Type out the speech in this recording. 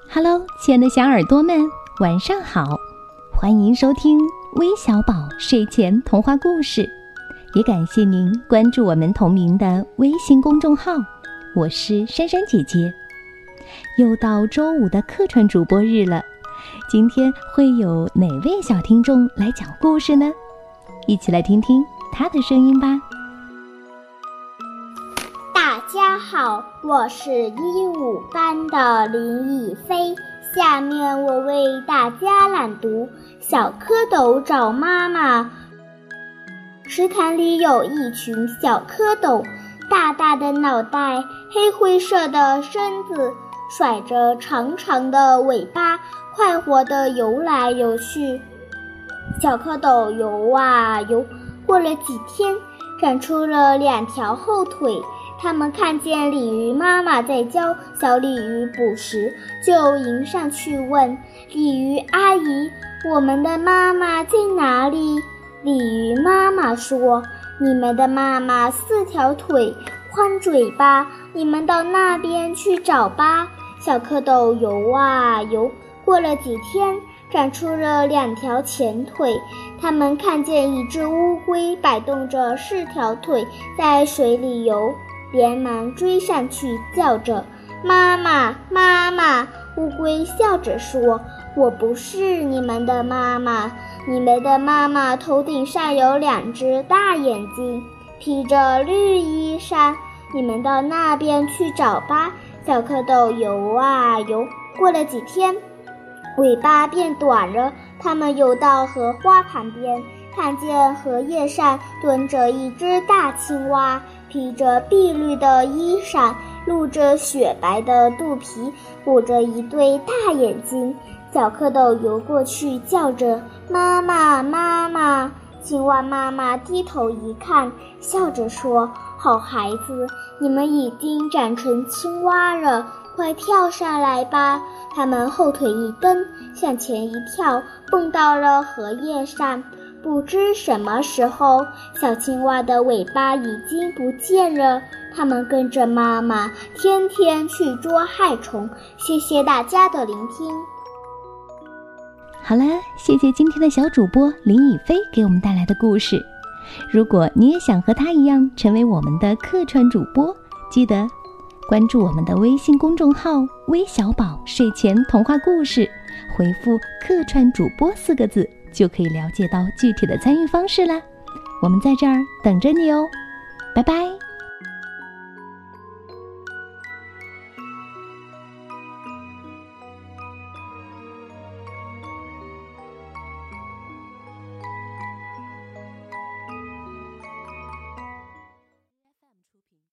Hello， 亲爱的小耳朵们，晚上好！欢迎收听微小宝睡前童话故事，也感谢您关注我们同名的微信公众号。我是珊珊姐姐。又到周五的客串主播日了，今天会有哪位小听众来讲故事呢？一起来听听他的声音吧。 大家好，我是1-5班的林以飞，下面我为大家朗读《小蝌蚪找妈妈》。池塘里有一群小蝌蚪，大大的脑袋，黑灰色的身子，甩着长长的尾巴，快活地游来游去。小蝌蚪游啊游，过了几天，长出了2条后腿。他们看见鲤鱼妈妈在教小鲤鱼捕食，就迎上去问鲤鱼阿姨：“我们的妈妈在哪里？”鲤鱼妈妈说：“你们的妈妈4条腿，宽嘴巴，你们到那边去找吧。”小蝌蚪游啊游，过了几天，长出了2条前腿。他们看见一只乌龟摆动着4条腿在水里游，连忙追上去，叫着：“妈妈，妈妈！”乌龟笑着说：“我不是你们的妈妈，你们的妈妈头顶上有2只大眼睛，披着绿衣裳，你们到那边去找吧。”小蝌蚪游啊游，过了几天，尾巴变短了，它们游到荷花旁边，看见荷叶上蹲着一只大青蛙，披着碧绿的衣裳，露着雪白的肚皮，捂着一对大眼睛。小蝌蚪游过去，叫着：“妈妈，妈妈！”青蛙妈妈低头一看，笑着说：“好孩子，你们已经长成青蛙了，快跳上来吧。”它们后腿一蹬，向前一跳，蹦到了荷叶上。不知什么时候，小青蛙的尾巴已经不见了。它们跟着妈妈，天天去捉害虫。谢谢大家的聆听。 好了，谢谢今天的小主播林以飞给我们带来的故事。如果你也想和他一样成为我们的客串主播，记得关注我们的微信公众号微小宝睡前童话故事，回复客串主播4个字，就可以了解到具体的参与方式啦。我们在这儿等着你哦，拜拜。